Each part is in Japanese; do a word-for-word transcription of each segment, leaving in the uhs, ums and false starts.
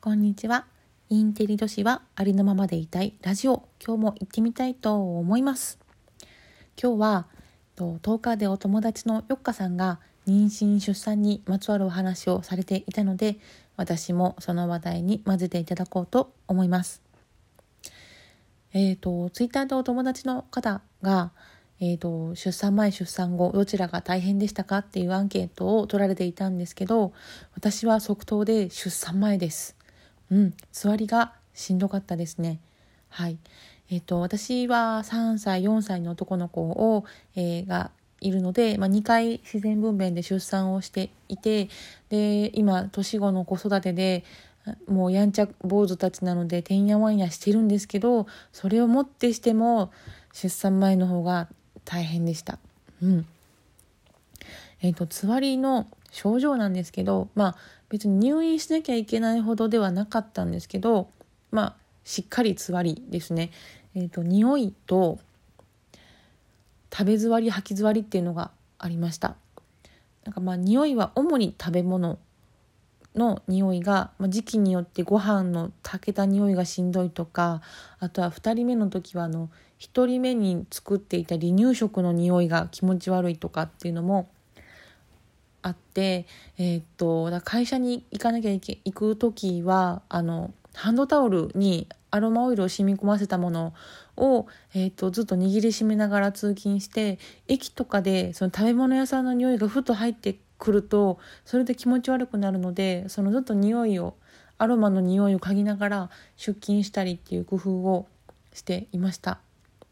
こんにちは。インテリ女子はありのままでいたいラジオ、今日も行ってみたいと思います。今日はととおかでお友達のよっかさんが妊娠出産にまつわるお話をされていたので、私もその話題に混ぜていただこうと思います。えーとツイッターでお友達の方がえーと出産前出産後どちらが大変でしたかっていうアンケートを取られていたんですけど、私は即答で出産前です。うん、座りがしんどかったですね。はい。えっと、私はさんさい、よんさいの男の子を、えーがいるので、まあ、にかい自然分娩で出産をしていて、で、今、年子の子育てで、もうやんちゃ坊主たちなので、てんやわんやしてるんですけど、それをもってしても、出産前の方が大変でした。うん。えっと、つわりの症状なんですけど、まあ別に入院しなきゃいけないほどではなかったんですけど、まあしっかりつわりですね。えっと、匂いと食べづわり、吐きづわりっていうのがありました。なんかまあ匂いは主に食べ物の匂いが、まあ、時期によってご飯の炊けた匂いがしんどいとか、あとはふたりめの時はあのひとりめに作っていた離乳食の匂いが気持ち悪いとかっていうのもあって、えー、っとだ会社に行かなきゃいけ行く時はあのハンドタオルにアロマオイルを染み込ませたものを、えー、っとずっと握りしめながら通勤して、駅とかでその食べ物屋さんの匂いがふっと入ってくるとそれで気持ち悪くなるので、そのずっと匂いをアロマの匂いを嗅ぎながら出勤したりっていう工夫をしていました。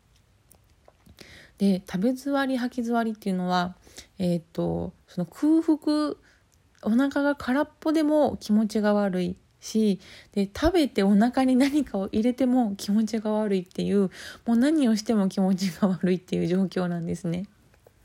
で、食べづわり吐きづわりっていうのは、えー、とその空腹、お腹が空っぽでも気持ちが悪いし、で食べてお腹に何かを入れても気持ちが悪いっていう、もう何をしても気持ちが悪いっていう状況なんですね。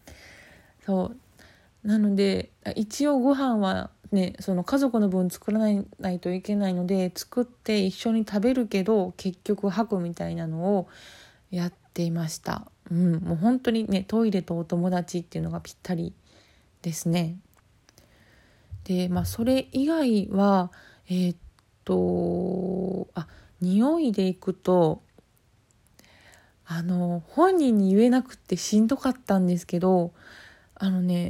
そうなので一応ご飯はね、その家族の分作らないといけないので作って一緒に食べるけど結局吐くみたいなのをやっていました。うん、もう本当にね、トイレとお友達っていうのがぴったりですね。で、まあそれ以外はえー、っとあ匂いでいくと、あの本人に言えなくってしんどかったんですけど、あのね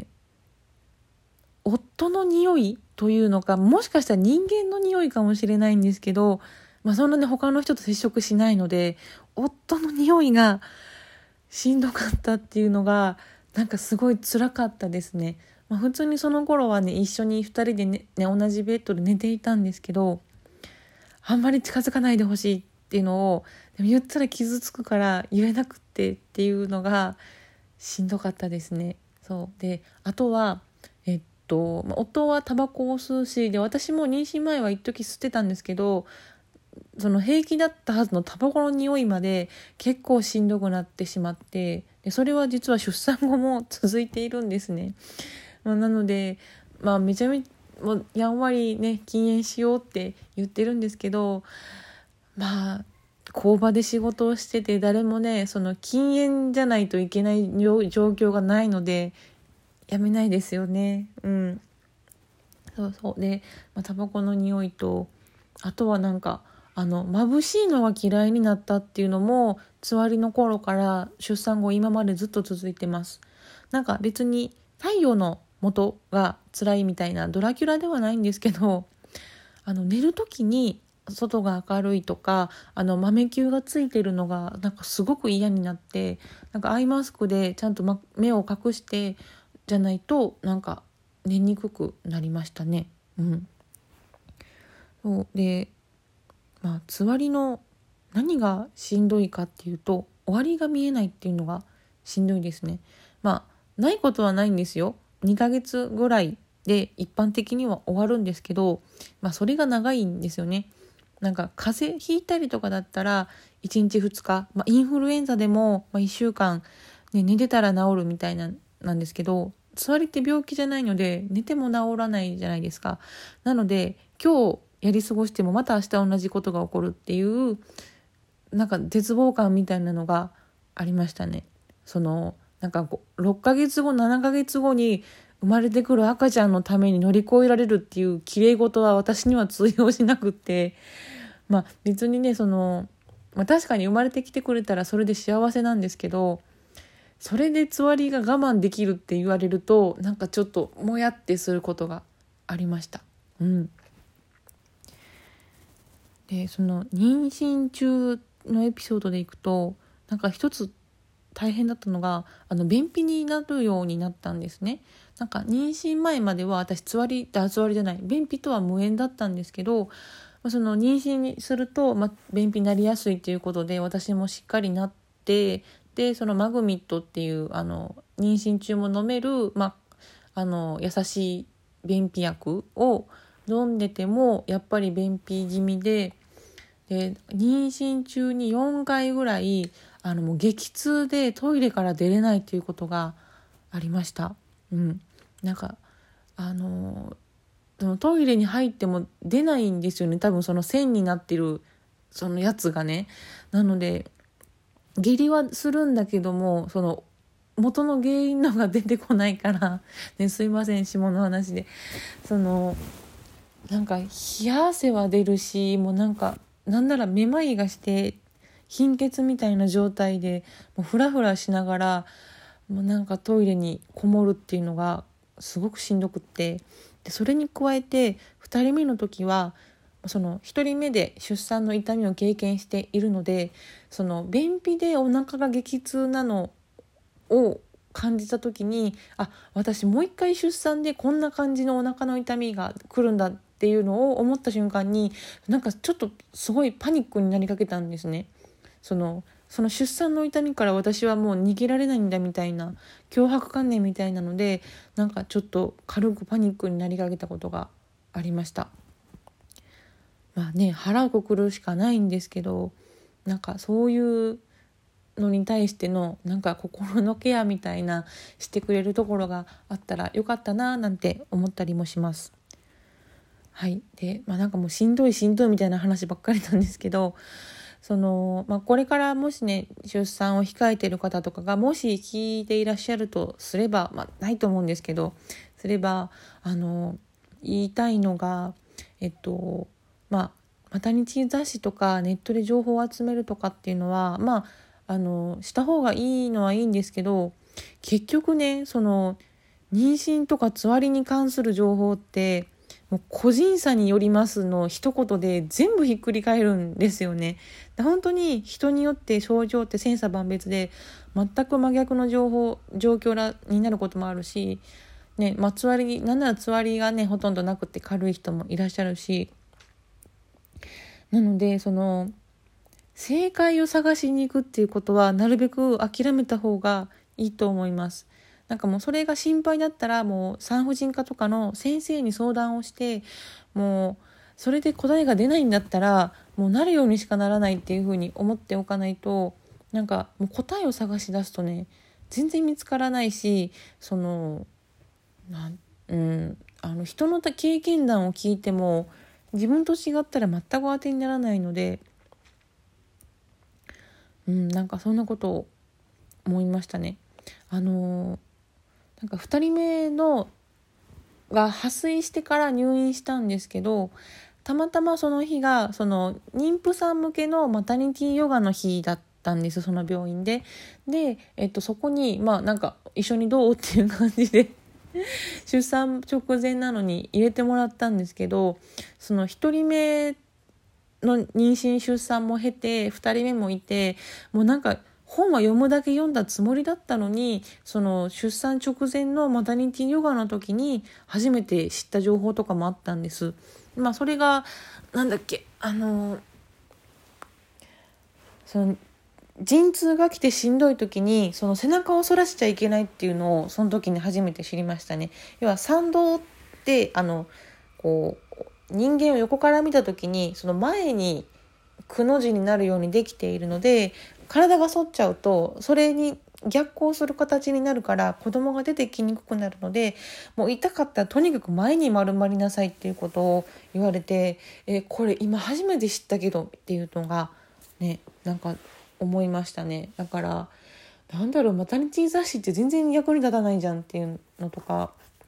夫の匂いというのか、もしかしたら人間の匂いかもしれないんですけど、まあそんなね他の人と接触しないので、夫の匂いがしんどかったっていうのがなんかすごい辛かったですね。まあ、普通にその頃はね一緒にふたりでね、ね同じベッドで寝ていたんですけど、あんまり近づかないでほしいっていうのをでも言ったら傷つくから言えなくってっていうのがしんどかったですね。そうで、あとはえっと夫はタバコを吸うし、で私も妊娠前は一時吸ってたんですけど、その平気だったはずのタバコの匂いまで結構しんどくなってしまって、でそれは実は出産後も続いているんですね。まあ、なので、まあ、めちゃめちゃもうやんわりね禁煙しようって言ってるんですけど、まあ工場で仕事をしてて誰もねその禁煙じゃないといけない状況がないのでやめないですよね。うん。そうそうで、まあ、タバコの匂いと、あとはなんかあの眩しいのが嫌いになったっていうのもつわりの頃から出産後今までずっと続いてます。なんか別に太陽の元が辛いみたいなドラキュラではないんですけど、あの寝る時に外が明るいとか、あの豆球がついてるのがなんかすごく嫌になって、なんかアイマスクでちゃんと、ま、目を隠してじゃないとなんか寝にくくなりましたね。うん。そうで、まあつわりの何がしんどいかっていうと、終わりが見えないっていうのがしんどいですね。まあないことはないんですよ。にかげつぐらいで一般的には終わるんですけど、まあそれが長いんですよね。なんか風邪ひいたりとかだったらいちにちふつか、まあ、インフルエンザでもいっしゅうかん、ね、寝てたら治るみたいななんですけど、つわりって病気じゃないので寝ても治らないじゃないですか。なので今日やり過ごしてもまた明日同じことが起こるっていうなんか絶望感みたいなのがありましたね。そのなんかろっかげつごななかげつごに生まれてくる赤ちゃんのために乗り越えられるっていう綺麗事は私には通用しなくって、まあ別にねその、まあ、確かに生まれてきてくれたらそれで幸せなんですけど、それでつわりが我慢できるって言われるとなんかちょっともやってすることがありました。うん。でその妊娠中のエピソードでいくと、なんか一つ大変だったのが、あの便秘になるようになったんですね。なんか妊娠前までは私つわりあつわりじゃない便秘とは無縁だったんですけど、その妊娠にすると、ま、便秘になりやすいということで私もしっかりなって、でそのマグミットっていうあの妊娠中も飲める、ま、あの優しい便秘薬を飲んでてもやっぱり便秘気味で、で妊娠中によんかいぐらいあのもう激痛でトイレから出れないということがありました。うん、なんかあのそのトイレに入っても出ないんですよね。多分その線になってるそのやつがね。なので下痢はするんだけども、その元の原因のが出てこないから、ね、すいません下の話で、そのなんか冷や汗は出るし、もうなんかなんならめまいがして貧血みたいな状態でもうフラフラしながらもうなんかトイレにこもるっていうのがすごくしんどくって、でそれに加えてふたりめの時はそのひとりめで出産の痛みを経験しているので、その便秘でお腹が激痛なのを感じた時に、あ、私もう一回出産でこんな感じのお腹の痛みが来るんだっていうのを思った瞬間に、なんかちょっとすごいパニックになりかけたんですね。そのその出産の痛みから私はもう逃げられないんだみたいな強迫観念みたいなので、なんかちょっと軽くパニックになりかけたことがありました。まあね、腹をくくるしかないんですけど、なんかそういうのに対してのなんか心のケアみたいなしてくれるところがあったらよかったななんて思ったりもします。はい。で、まあなんかもうしんどいしんどいみたいな話ばっかりなんですけど、その、まあ、これからもしね出産を控えている方とかがもし聞いていらっしゃるとすれば、まあ、ないと思うんですけど、すればあの言いたいのが、えっとまあマタニティ雑誌とかネットで情報を集めるとかっていうのはまああのした方がいいのはいいんですけど、結局ねその妊娠とかつわりに関する情報ってもう個人差によりますの一言で全部ひっくり返るんですよね。本当に人によって症状って千差万別で全く真逆の情報状況らになることもあるし、ね、まあ、つわりなんならつわりがねほとんどなくて軽い人もいらっしゃるし、なのでその正解を探しに行くっていうことはなるべく諦めた方がいいと思います。なんかもうそれが心配だったらもう産婦人科とかの先生に相談をして、もうそれで答えが出ないんだったらもうなるようにしかならないっていうふうに思っておかないと、なんかもう答えを探し出すとね全然見つからないし、そのなん、うん、あの人の経験談を聞いても自分と違ったら全く当てにならないので、うん、なんかそんなことを思いましたね。あのなんかふたりめのが破水してから入院したんですけど、たまたまその日がその妊婦さん向けのマタニティヨガの日だったんです、その病院で。で、えっと、そこにまあなんか一緒にどうっていう感じで出産直前なのに入れてもらったんですけど、そのひとりめの妊娠出産も経てふたりめもいて、もうなんか本は読むだけ読んだつもりだったのに、その出産直前のマタニティヨガの時に初めて知った情報とかもあったんです。まあそれがなんだっけ、あのその陣痛が来てしんどい時にその背中を反らしちゃいけないっていうのをその時に初めて知りましたね。要は産道ってあのこう人間を横から見た時にその前にくの字になるようにできているので、体が反っちゃうとそれに逆行する形になるから子供が出てきにくくなるので、もう痛かったらとにかく前に丸まりなさいっていうことを言われて、えこれ今初めて知ったけどっていうのがね、なんか思いましたね。だからなんだろう、マタニティ雑誌って全然役に立たないじゃんっていうのとか、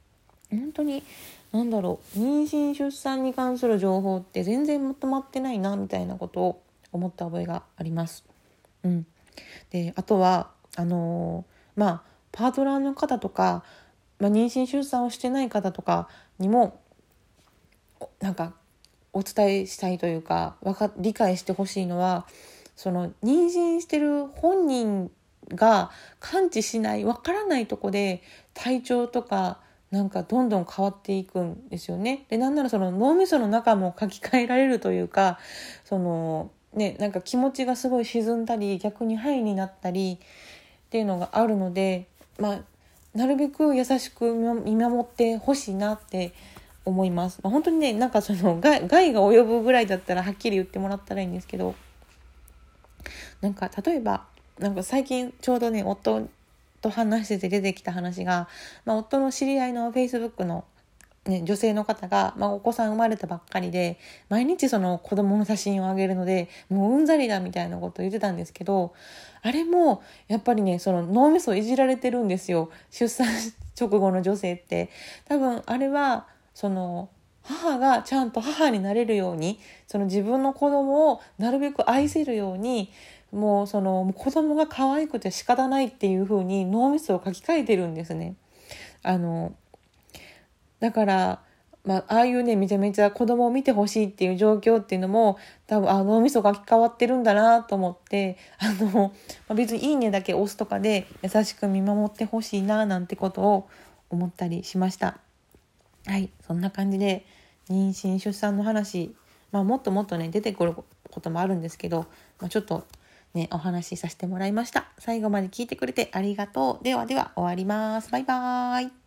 本当に何だろう、妊娠出産に関する情報って全然まとまってないなみたいなことを思った覚えがあります。うん、であとはあのー、まあパートナーの方とか、まあ、妊娠出産をしてない方とかにもなんかお伝えしたいというかわか理解してほしいのは、その妊娠してる本人が感知しないわからないとこで体調とかなんかどんどん変わっていくんですよね。でなんならその脳みその中も書き換えられるというか、そのねなんか気持ちがすごい沈んだり逆にハイになったりっていうのがあるので、まあなるべく優しく見守ってほしいなって思います。まあ、本当にねなんかその害害が及ぶぐらいだったらはっきり言ってもらったらいいんですけど、なんか例えばなんか最近ちょうどね夫と話してて出てきた話が、まあ、夫の知り合いの Facebook の、ね、女性の方が、まあ、お子さん生まれたばっかりで毎日その子供の写真をあげるのでもううんざりだみたいなことを言ってたんですけど、あれもやっぱりねその脳みそをいじられてるんですよ、出産直後の女性って。多分あれはその母がちゃんと母になれるように、その自分の子供をなるべく愛せるように、もうそのもう子供が可愛くて仕方ないっていう風に脳みそを書き換えてるんですね。あのだから、まあ、ああいうねめちゃめちゃ子供を見てほしいっていう状況っていうのも多分あ脳みそが書き換わってるんだなと思って、あの、まあ、別にいいねだけ押すとかで優しく見守ってほしいななんてことを思ったりしました。はい、そんな感じで妊娠出産の話、まあ、もっともっとね出てくることもあるんですけど、まあ、ちょっとねお話しさせてもらいました。最後まで聞いてくれてありがとう。ではでは終わります。バイバーイ。